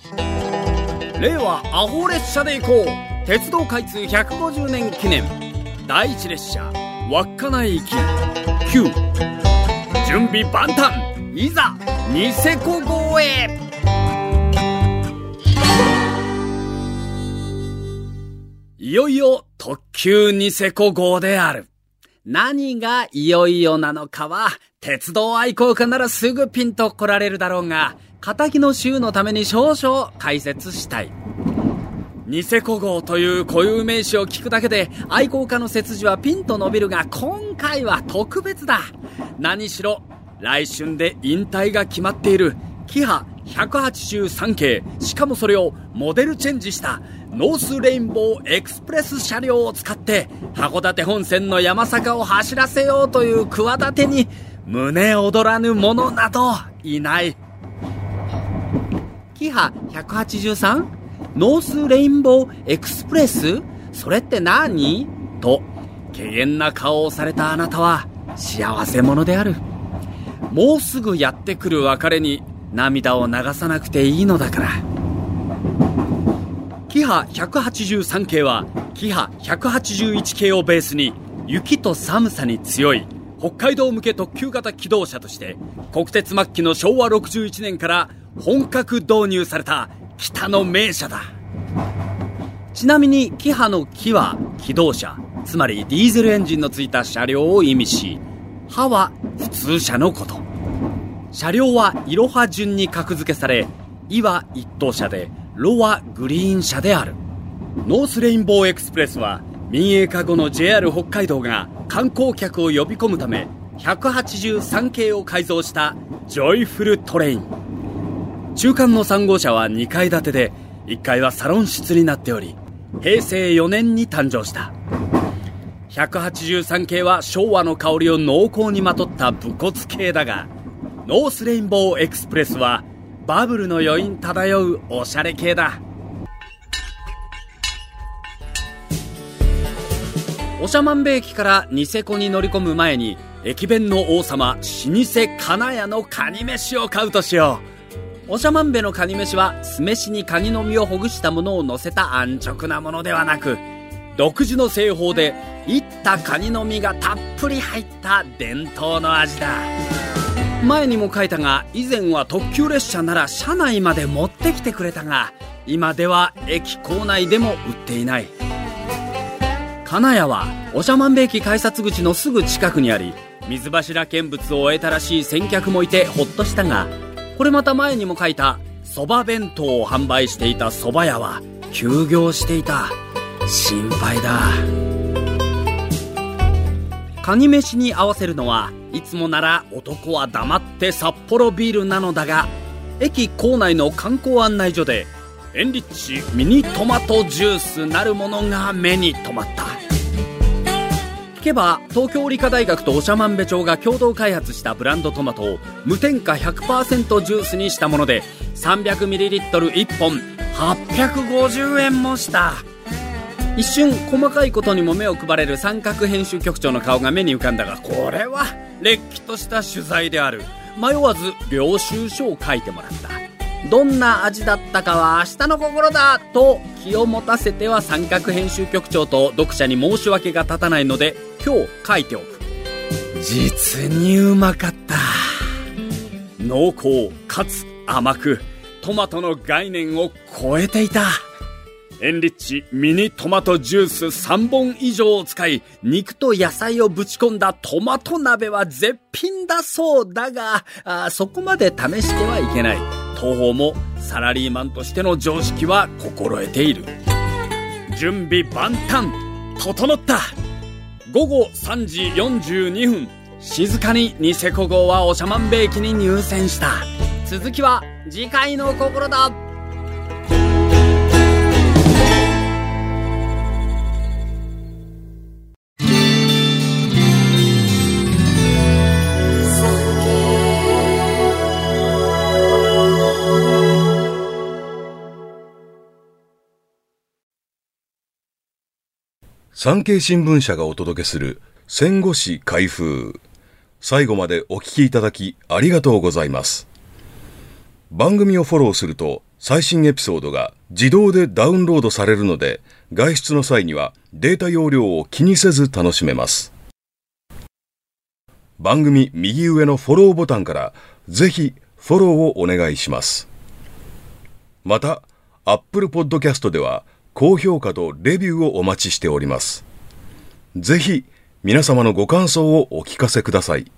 令和アホ列車で行こう。鉄道開通150年記念第一列車稚内行き9。準備万端、いざニセコ号へ。いよいよ特急ニセコ号である。何がいよいよなのかは鉄道愛好家ならすぐピンと来られるだろうが、仇の衆のために少々解説したい。ニセコ号という固有名詞を聞くだけで愛好家の背筋はピンと伸びるが、今回は特別だ。何しろ来春で引退が決まっているキハ183系、しかもそれをモデルチェンジしたノースレインボーエクスプレス車両を使って函館本線の山坂を走らせようという企てに胸躍らぬ者などいない。キハ 183？ ノースレインボーエクスプレス？それって何？と怪げな顔をされたあなたは幸せ者である。もうすぐやってくる別れに涙を流さなくていいのだから。キハ183系はキハ181系をベースに雪と寒さに強い北海道向け特急型機動車として国鉄末期の昭和61年から本格導入された北の名車だ。ちなみにキハのキは機動車、つまりディーゼルエンジンのついた車両を意味し、ハは普通車のこと。車両はイロハ順に格付けされ、イは一等車でロはグリーン車である。ノースレインボーエクスプレスは民営化後の JR 北海道が観光客を呼び込むため183系を改造したジョイフルトレイン。中間の3号車は2階建てで1階はサロン室になっており、平成4年に誕生した。183系は昭和の香りを濃厚にまとった武骨系だが、ノースレインボーエクスプレスはバブルの余韻漂うおしゃれ系だ。長万部駅からニセコに乗り込む前に駅弁の王様老舗金谷のカニ飯を買うとしよう。長万部のカニ飯は酢飯にカニの身をほぐしたものを乗せた安直なものではなく、独自の製法でいったカニの身がたっぷり入った伝統の味だ。前にも書いたが、以前は特急列車なら車内まで持ってきてくれたが、今では駅構内でも売っていない。金谷は長万部駅改札口のすぐ近くにあり、水柱見物を終えたらしい先客もいてほっとしたが、これまた前にも書いた蕎麦弁当を販売していた蕎麦屋は休業していた。心配だ。カニ飯に合わせるのはいつもなら男は黙って札幌ビールなのだが、駅構内の観光案内所でエンリッチミニトマトジュースなるものが目に留まった。聞けば東京理科大学と長万部町が共同開発したブランドトマトを無添加 100% ジュースにしたもので 300ml1 本850円もした。一瞬細かいことにも目を配れる三角編集局長の顔が目に浮かんだが、これはれっきとした取材である。迷わず領収書を書いてもらった。どんな味だったかは明日の心だと気を持たせては三角編集局長と読者に申し訳が立たないので今日書いておく。実にうまかった。濃厚かつ甘くトマトの概念を超えていた。エンリッチミニトマトジュース3本以上を使い、肉と野菜をぶち込んだトマト鍋は絶品だそうだが、そこまで試してはいけない。当方もサラリーマンとしての常識は心得ている。準備万端整った。午後3時42分、静かにニセコ号は長万部駅に入線した。続きは次回の心だ。 産経新聞社がお届けする戦後史開封。最後までお聞きいただきありがとうございます。番組をフォローすると最新エピソードが自動でダウンロードされるので、外出の際にはデータ容量を気にせず楽しめます。番組右上のフォローボタンからぜひフォローをお願いします。また、Apple Podcast では高評価とレビューをお待ちしております。ぜひ皆様のご感想をお聞かせください。